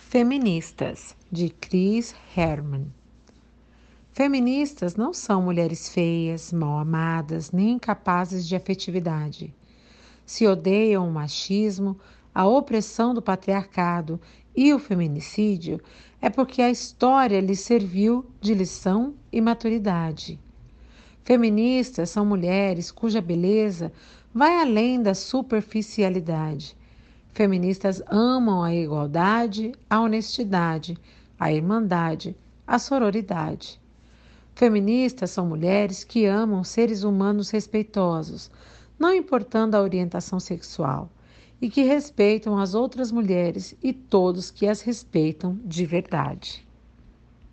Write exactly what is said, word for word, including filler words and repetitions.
Feministas, de Chris Herman. Feministas não são mulheres feias, mal amadas, nem incapazes de afetividade. Se odeiam o machismo, a opressão do patriarcado e o feminicídio, é porque a história lhes serviu de lição e maturidade. Feministas são mulheres cuja beleza vai além da superficialidade. Feministas amam a igualdade, a honestidade, a irmandade, a sororidade. Feministas são mulheres que amam seres humanos respeitosos, não importando a orientação sexual, e que respeitam as outras mulheres e todos que as respeitam de verdade.